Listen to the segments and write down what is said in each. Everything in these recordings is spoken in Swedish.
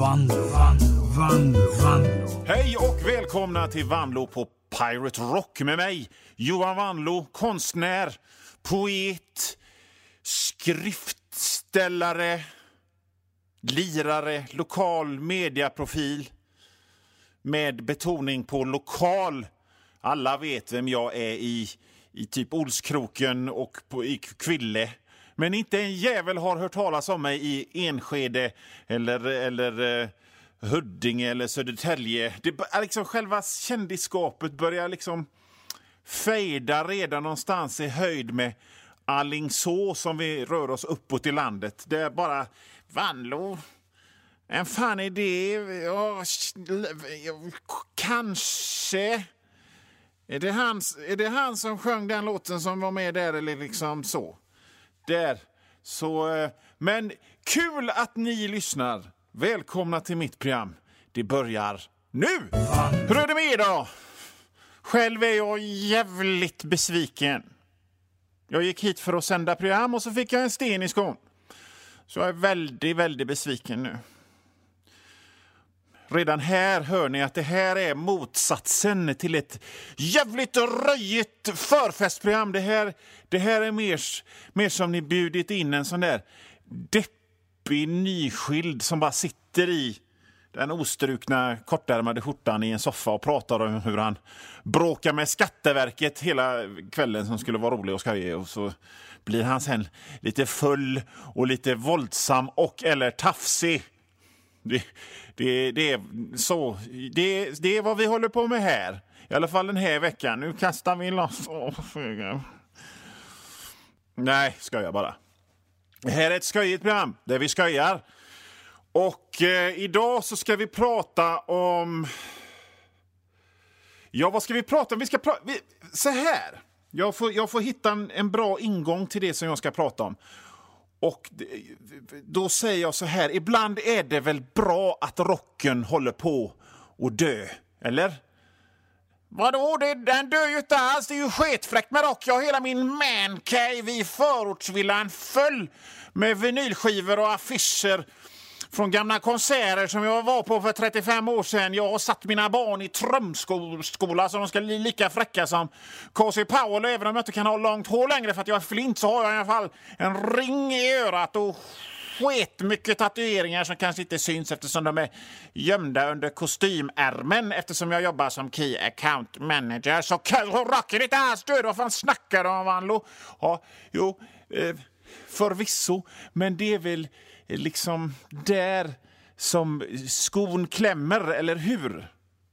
Vanlo. Hej och välkomna till Vanlo på Pirate Rock med mig, Johan Vanlo, konstnär, poet, skriftställare, lirare, lokal mediaprofil med betoning på lokal. Alla vet vem jag är i typ Olskroken och i Kville. Men inte en jävel har hört talas om mig i Enskede eller Huddinge eller Södertälje. Det är liksom själva kändisskapet börjar liksom fejda redan någonstans i höjd med Alingsås som vi rör oss uppåt i landet. Det är bara Vanlo. En fan idé. Ja, kanske. Är det han som sjöng den låten som var med där eller liksom så? Där. Så, men kul att ni lyssnar. Välkomna till mitt program. Det börjar nu. Hur är det med er då? Själv är jag jävligt besviken. Jag gick hit för att sända program och så fick jag en sten i skon. Så jag är väldigt, väldigt besviken nu. Redan här hör ni att det här är motsatsen till ett jävligt röjigt förfestprogram. Det här är mer som ni bjudit in en sån där deppig nyskild som bara sitter i den ostrukna kortärmade skjortan i en soffa och pratar om hur han bråkar med Skatteverket hela kvällen som skulle vara rolig och skojig. Och så blir han sen lite full och lite våldsam och eller tafsig. Det är vad vi håller på med här. I alla fall den här veckan. Nu kastar vi loss. Nej, skojar bara. Det här är ett skojigt program där vi skojar. Och idag så ska vi prata om... Ja, vad ska vi prata om? Vi ska så här. Jag får hitta en bra ingång till det som jag ska prata om. Och då säger jag så här, ibland är det väl bra att rocken håller på att dö, eller? Vadå? Den dör ju inte alls, det är ju sketfräckt med rock. Jag har hela min mancave i förortsvillan full med vinylskivor och affischer från gamla konserter som jag var på för 35 år sedan. Jag har satt mina barn i trumskola så de ska bli lika fräcka som Casey Powell. Även om jag inte kan ha långt hår längre för att jag är flint så har jag i alla fall en ring i örat och mycket tatueringar som kanske inte syns eftersom de är gömda under kostymärmen eftersom jag jobbar som Key Account Manager. Så rocken inte alls död. Vad fan snackar de om, Vanlo? Ja, jo, förvisso. Men det är väl liksom där som skon klämmer, eller hur?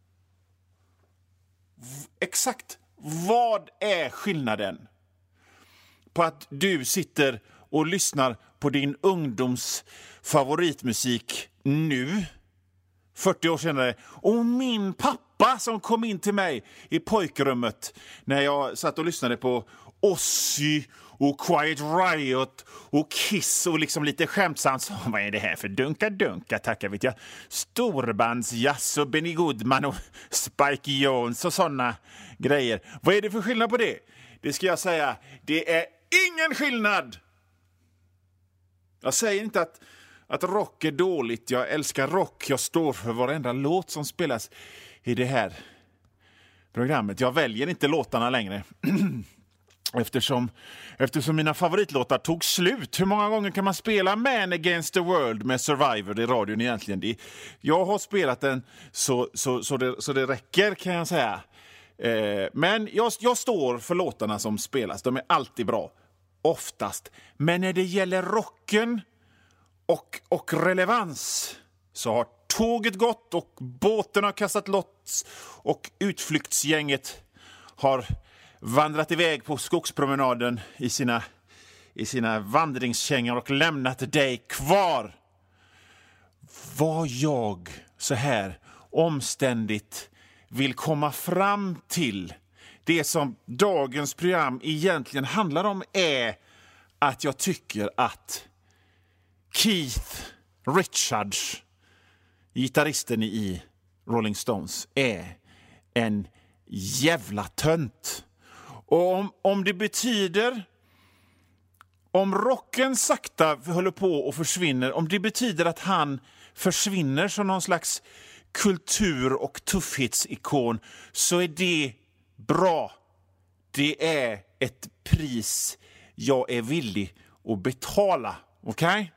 Exakt. Vad är skillnaden på att du sitter och lyssnar på din ungdoms favoritmusik nu, 40 år senare, och min pappa som kom in till mig i pojkrummet när jag satt och lyssnade på Ozzy och Quiet Riot och Kiss och liksom lite skämtsamt så, vad är det här för dunka tackar vet jag, storbandsjazz och Benny Goodman och Spike Jones och såna grejer. Vad är det för skillnad på det? Det ska jag säga, det är ingen skillnad. Jag säger inte att rock är dåligt. Jag älskar rock. Jag står för varenda låt som spelas i det här programmet. Jag väljer inte låtarna längre. Eftersom mina favoritlåtar tog slut. Hur många gånger kan man spela Man Against the World med Survivor i radion egentligen? Jag har spelat den så det räcker, kan jag säga. Men jag står för låtarna som spelas. De är alltid bra. Oftast. Men när det gäller rocken och relevans så har tåget gått och båten har kastat lots och utflyktsgänget har vandrat iväg på skogspromenaden i sina vandringskängor och lämnat dig kvar. Vad jag så här omständigt vill komma fram till, det som dagens program egentligen handlar om, är att jag tycker att Keith Richards, gitarristen i Rolling Stones, är en jävla tönt. Och om det betyder, om rocken sakta håller på och försvinner, om det betyder att han försvinner som någon slags kultur- och tuffhetsikon, så är det bra. Det är ett pris jag är villig att betala. Okej?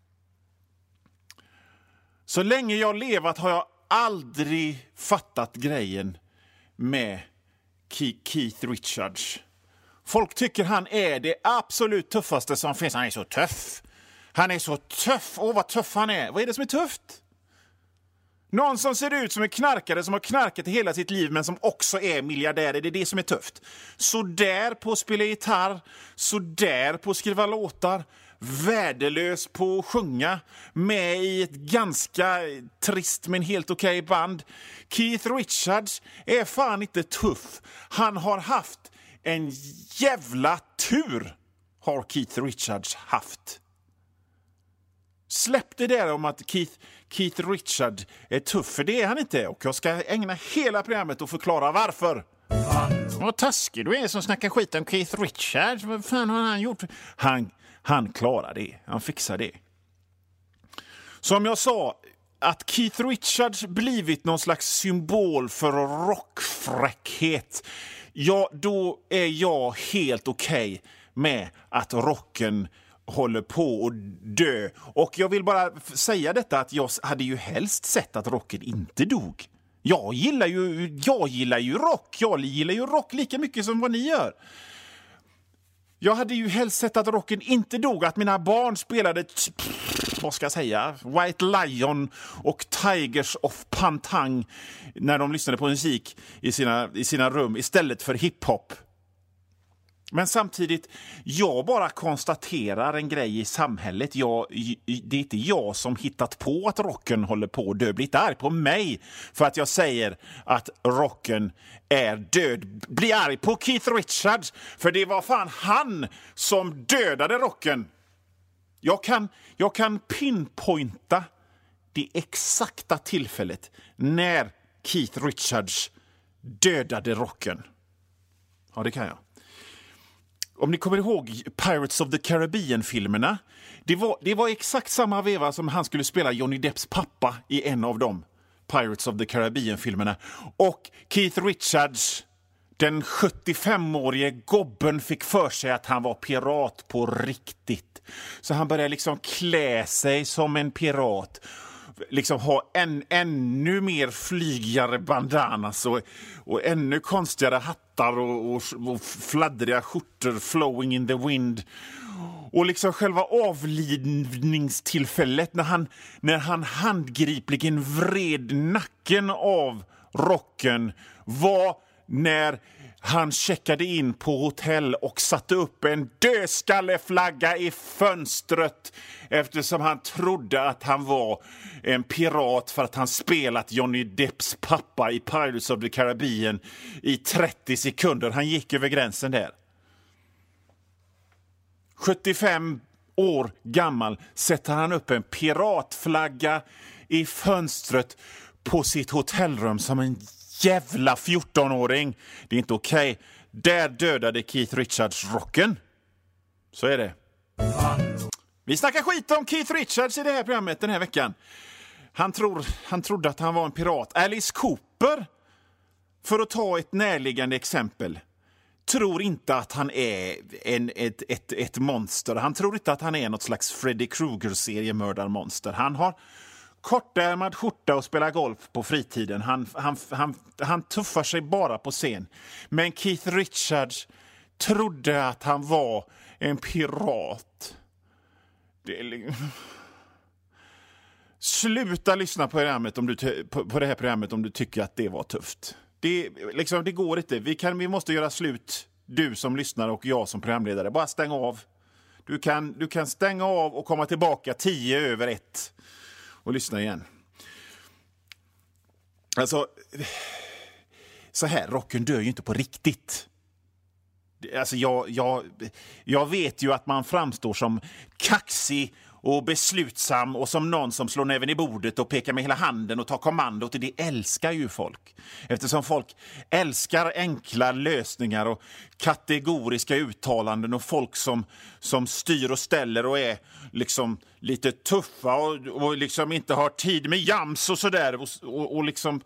Så länge jag levat har jag aldrig fattat grejen med Keith Richards. Folk tycker han är det absolut tuffaste som finns. Han är så tuff. Han är så tuff. Åh, vad tuff han är. Vad är det som är tufft? Någon som ser ut som en knarkare som har knarkat i hela sitt liv men som också är miljardär. Är det det som är tufft? Så där på att spela gitarr. Så där på att skriva låtar. Värdelös på att sjunga. Med i ett ganska trist men helt okej band. Keith Richards är fan inte tuff. Han har haft en jävla tur. Har Keith Richards haft. Släpp det där om att Keith Richards är tuff, för det är han inte. Och jag ska ägna hela programmet och förklara varför. Vad taskig du är som snackar skit om Keith Richards. Vad fan har han gjort? Han klarar det. Han fixar det. Som jag sa, att Keith Richards blivit någon slags symbol för rockfräckhet. Ja, då är jag helt okej med att rocken håller på att dö. Och jag vill bara säga detta, att jag hade ju helst sett att rocken inte dog. Jag gillar ju rock. Jag gillar ju rock lika mycket som vad ni gör. Jag hade ju helst sett att rocken inte dog. Att mina barn spelade, vad ska jag säga, White Lion och Tigers of Pantang när de lyssnade på musik i sina rum istället för hiphop. Men samtidigt, jag bara konstaterar en grej i samhället. Det är inte jag som hittat på att rocken håller på att dö. Bli inte arg på mig för att jag säger att rocken är död. Bli arg på Keith Richards, för det var fan han som dödade rocken. Jag kan pinpointa det exakta tillfället när Keith Richards dödade rocken. Ja, det kan jag. Om ni kommer ihåg Pirates of the Caribbean-filmerna, det var exakt samma veva som han skulle spela Johnny Depps pappa i en av dem, Pirates of the Caribbean-filmerna. Och Keith Richards, den 75-årige gobben, fick för sig att han var pirat på riktigt. Så han började liksom klä sig som en pirat, liksom ha ännu mer flygigare bandanas och ännu konstigare hattar och fladdriga skjortor flowing in the wind. Och liksom själva avlidningstillfället när han handgripligen vred nacken av rocken var när han checkade in på hotell och satte upp en dödskalleflagga i fönstret eftersom han trodde att han var en pirat för att han spelat Johnny Depps pappa i Pirates of the Caribbean i 30 sekunder. Han gick över gränsen där. 75 år gammal sätter han upp en piratflagga i fönstret på sitt hotellrum som en jävla 14-åring. Det är inte okej. Där dödade Keith Richards rocken. Så är det. Vi snackar skit om Keith Richards i det här programmet den här veckan. Han trodde att han var en pirat. Alice Cooper, för att ta ett närliggande exempel, tror inte att han är ett monster. Han tror inte att han är något slags Freddy Krueger-seriemördarmonster. Han har kortärmad skjorta och spelar golf på fritiden. Han tuffar sig bara på scen. Men Keith Richards trodde att han var en pirat. Sluta lyssna på det här programmet om du tycker att det var tufft. Det går inte. Vi måste göra slut, du som lyssnar och jag som programledare. Bara stäng av. Du kan stänga av och komma tillbaka 10:01 och lyssna igen. Alltså, så här, rocken dör ju inte på riktigt. Alltså jag vet ju att man framstår som kaxig och beslutsam och som någon som slår näven i bordet och pekar med hela handen och tar kommandot. Det älskar ju folk. Eftersom folk älskar enkla lösningar och kategoriska uttalanden och folk som styr och ställer och är liksom lite tuffa och liksom inte har tid med jams och sådär och liksom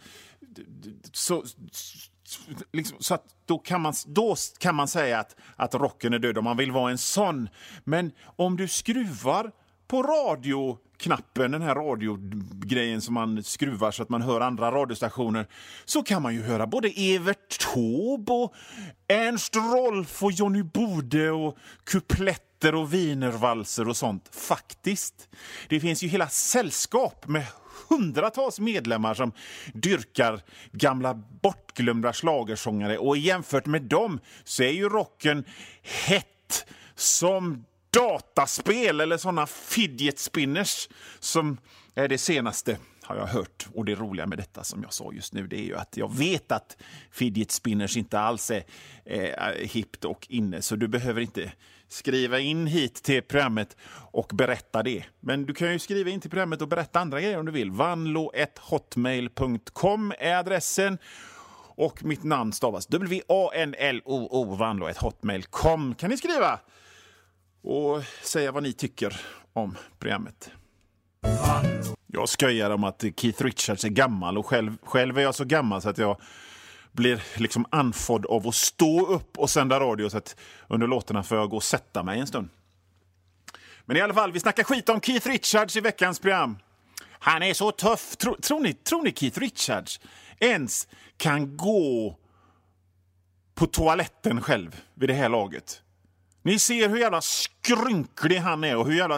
så att då kan man säga att rocken är död om man vill vara en sån. Men om du skruvar på radioknappen, den här radiogrejen som man skruvar så att man hör andra radiostationer, så kan man ju höra både Evert Taube och Ernst Rolf och Johnny Bode och kupletter och wienervalser och sånt. Faktiskt. Det finns ju hela sällskap med hundratals medlemmar som dyrkar gamla bortglömda schlagersångare, och jämfört med dem så är ju rocken hett som dataspel eller såna fidget spinners som är det senaste, har jag hört. Och det roliga med detta som jag sa just nu, det är ju att jag vet att fidget spinners inte alls är hippt och inne, så du behöver inte skriva in hit till programmet och berätta det. Men du kan ju skriva in till programmet och berätta andra grejer om du vill. vanlo@hotmail.com är adressen. Och mitt namn stavas WANLOO, vanlo@hotmail.com. Kan ni skriva och säga vad ni tycker om programmet. Jag skojar om att Keith Richards är gammal, och själv är jag så gammal så att jag blir liksom anfodd av att stå upp och sända radio, så att under låtarna får jag gå och sätta mig en stund. Men i alla fall, vi snackar skit om Keith Richards i veckans program. Han är så tuff. Tror ni Keith Richards ens kan gå på toaletten själv vid det här laget? Ni ser hur jävla skrynklig han är och hur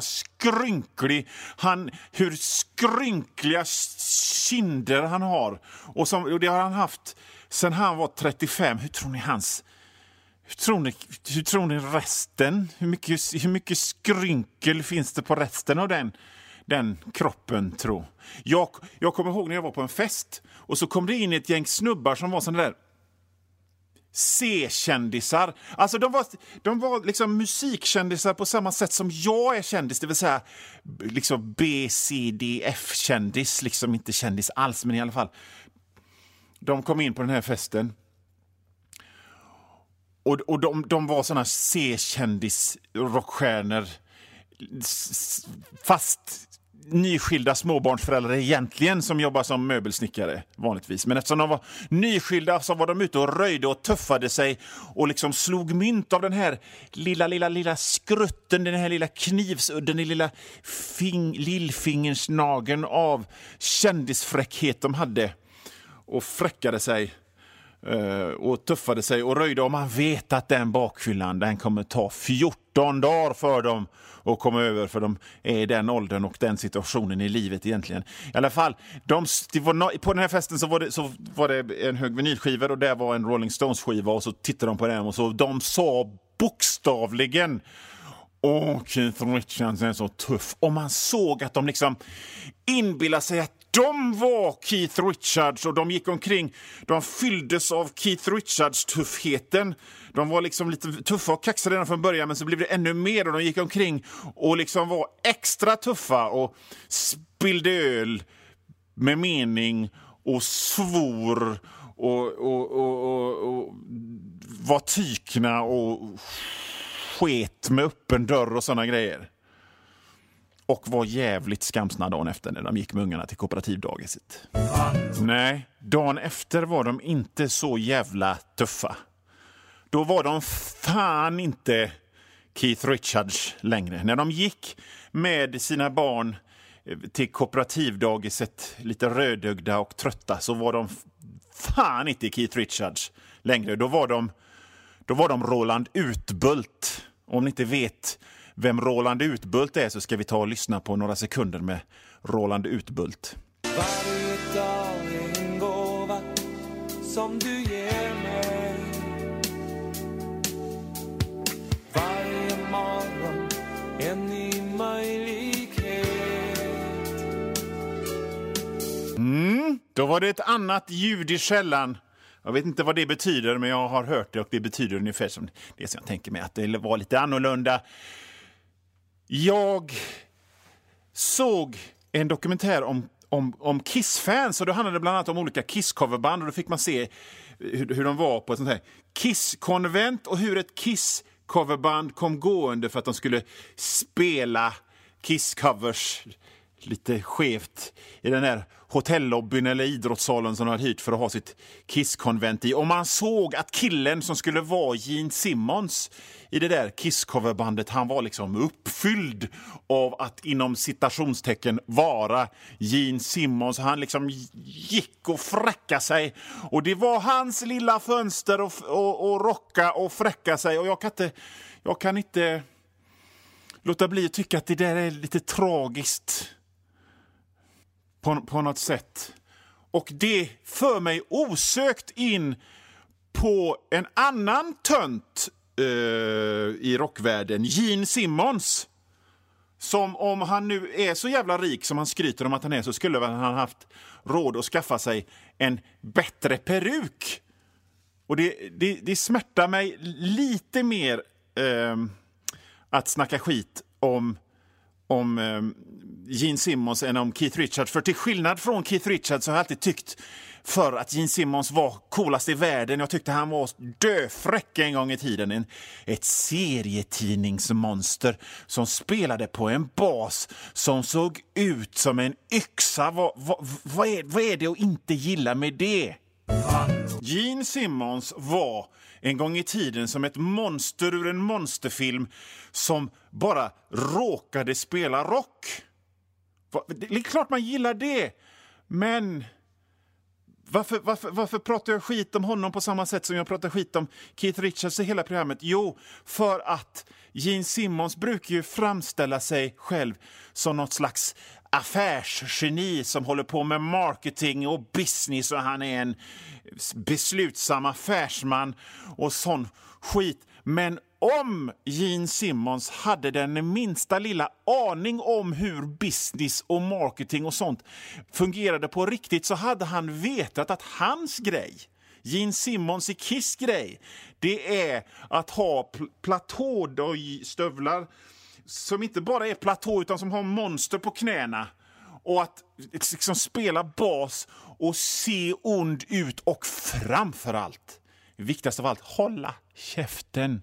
skrynkliga kinder han har. Och det har han haft sedan han var 35. Hur tror ni resten? Hur mycket skrynkel finns det på resten av den kroppen, tro? Jag kommer ihåg när jag var på en fest och så kom det in ett gäng snubbar som var sån där C-kändisar. Alltså de var liksom musikkändisar på samma sätt som jag är kändis, det vill säga liksom BCDF-kändis, liksom inte kändis alls, men i alla fall. De kom in på den här festen och de var såna C-kändis rockstjärnor, fast nyskilda småbarnsföräldrar egentligen, som jobbar som möbelsnickare vanligtvis. Men eftersom de var nyskilda så var de ute och röjde och tuffade sig och liksom slog mynt av den här lilla skrutten, den här lilla knivsudden, den lilla lillfingersnageln av kändisfräckhet de hade, och fräckade sig och tuffade sig och röjde. Och man vet att den bakfyllan, den kommer ta 14 dagar för dem att komma över, för de är i den åldern och den situationen i livet egentligen. I alla fall, på den här festen så var det en hög vinylskivor, och där var en Rolling Stones-skiva, och så tittade de på den och så de sa bokstavligen: Keith Richards är så tuff. Och man såg att de liksom inbillade sig att de var Keith Richards, och de gick omkring, de fylldes av Keith Richards tuffheten. De var liksom lite tuffa och kaxade redan från början, men så blev det ännu mer, och de gick omkring och liksom var extra tuffa och spillde öl med mening och svor och var tykna och sket med öppen dörr och såna grejer. Och var jävligt skamsna dagen efter när de gick med ungarna till kooperativdagiset. Nej, dagen efter var de inte så jävla tuffa. Då var de fan inte Keith Richards längre. När de gick med sina barn till kooperativdagiset, lite rödögda och trötta, så var de fan inte Keith Richards längre. Då var de Roland Utbult. Om ni inte vet vem Roland Utbult är, så ska vi ta och lyssna på några sekunder med Roland Utbult. Varje dag är en gåva som du ger mig. Varje morgon en ny möjlighet. Då var det ett annat ljud i källan. Jag vet inte vad det betyder, men jag har hört det, och det betyder ungefär som det som jag tänker mig, att det var lite annorlunda. Jag såg en dokumentär om Kiss-fans, och då handlade det bland annat om olika Kiss-coverband, och då fick man se hur de var på ett sånt här Kiss-konvent och hur ett Kiss-coverband kom gående för att de skulle spela Kiss-covers lite skevt i den här hotellobbyn eller idrottssalen som de hade hyrt för att ha sitt Kiss-konvent i. Och man såg att killen som skulle vara Gene Simmons i det där Kiss-coverbandet, han var liksom uppfylld av att inom citationstecken vara Gene Simmons. Han liksom gick och fräcka sig. Och det var hans lilla fönster och rocka och fräcka sig. Och jag kan inte låta bli att tycka att det där är lite tragiskt på något sätt. Och det för mig osökt in på en annan tönt i rockvärlden, Gene Simmons. Som om han nu är så jävla rik som han skryter om att han är, så skulle han haft råd att skaffa sig en bättre peruk. Och det smärtar mig lite mer att snacka skit om Gene Simmons än om Keith Richards. För till skillnad från Keith Richards så har jag alltid tyckt för att Gene Simmons var coolast i världen. Jag tyckte han var döfräck en gång i tiden. Ett serietidningsmonster som spelade på en bas som såg ut som en yxa. Vad är det att inte gilla med det? Gene Simmons var en gång i tiden som ett monster ur en monsterfilm som bara råkade spela rock. Det är klart man gillar det, men varför pratar jag skit om honom på samma sätt som jag pratar skit om Keith Richards i hela programmet? Jo, för att Gene Simmons brukar ju framställa sig själv som något slags affärsgeni som håller på med marketing och business, och han är en beslutsam affärsman och sån skit. Men om Gene Simmons hade den minsta lilla aning om hur business och marketing och sånt fungerade på riktigt, så hade han vetat att hans grej, Gene Simmons i Kiss grej, det är att ha platåstövlar som inte bara är platå utan som har monster på knäna, och att liksom spela bas och se ond ut, och framförallt, viktigast av allt, hålla käften.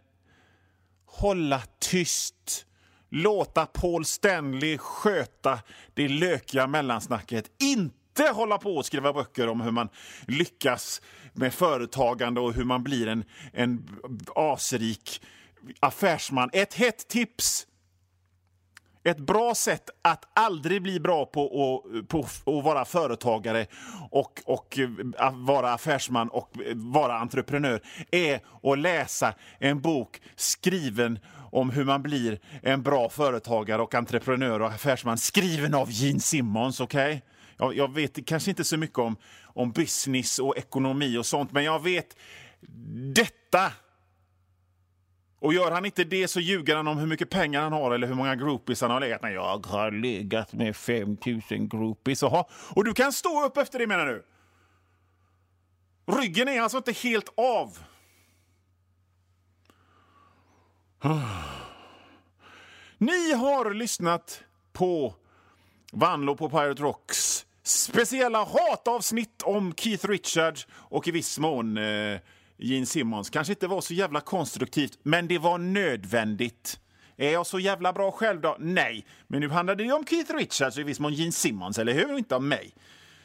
Hålla tyst. Låta Paul Stanley sköta det lökiga mellansnacket. Inte hålla på och skriva böcker om hur man lyckas med företagande och hur man blir en asrik affärsman. Ett hett tips. Ett bra sätt att aldrig bli bra på att vara företagare och att vara affärsman och vara entreprenör är att läsa en bok skriven om hur man blir en bra företagare och entreprenör och affärsman, skriven av Gene Simmons, okej? Jag vet kanske inte så mycket om business och ekonomi och sånt, men jag vet detta. Och gör han inte det så ljuger han om hur mycket pengar han har eller hur många groupies han har legat med. Jag har legat med 5000 groupies. Och du kan stå upp efter det, menar du? Ryggen är alltså inte helt av. Ni har lyssnat på Vanlo på Pirate Rocks speciella hatavsnitt om Keith Richards och i viss mån Gene Simmons. Kanske inte var så jävla konstruktivt, men det var nödvändigt. Är jag så jävla bra själv då? Nej. Men nu handlade det om Keith Richards och i viss mån Gene Simmons, eller hur? Inte om mig.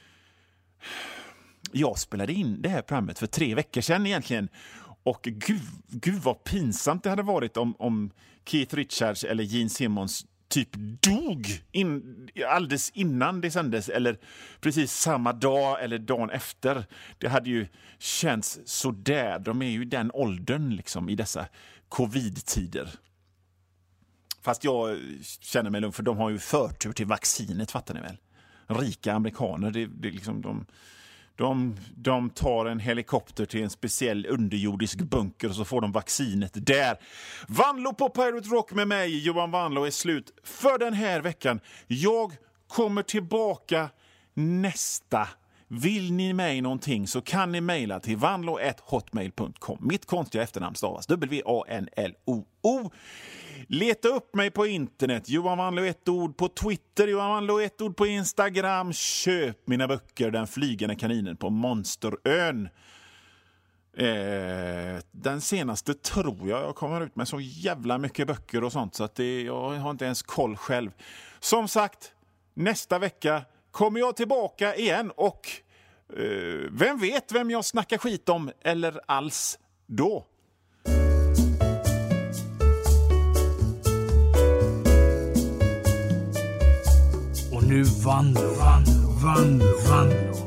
Jag spelade in det här programmet för 3 veckor sedan egentligen. Och gud vad pinsamt det hade varit om Keith Richards eller Gene Simmons typ dog alldeles innan det sändes, eller precis samma dag eller dagen efter. Det hade ju känts så där. De är ju den åldern liksom i dessa covid-tider. Fast jag känner mig lugn, för de har ju förtur till vaccinet, fattar ni väl? Rika amerikaner, det liksom de tar en helikopter till en speciell underjordisk bunker och så får de vaccinet där. Vanlo på Pirate Rock med mig, Johan Vanlo, är slut för den här veckan. Jag kommer tillbaka nästa. Vill ni mig någonting så kan ni mejla till vanlo@hotmail.com. Mitt konstiga efternamn stavas WANLOO. Leta upp mig på internet, Johan Wanlo ett ord på Twitter, Johan Wanlo ett ord på Instagram. Köp mina böcker, Den flygande kaninen på Monsterön. Den senaste tror jag kommer ut med så jävla mycket böcker och sånt så att jag har inte ens koll själv. Som sagt, nästa vecka kommer jag tillbaka igen och vem vet vem jag snackar skit om eller alls då. Och nu Wanlo.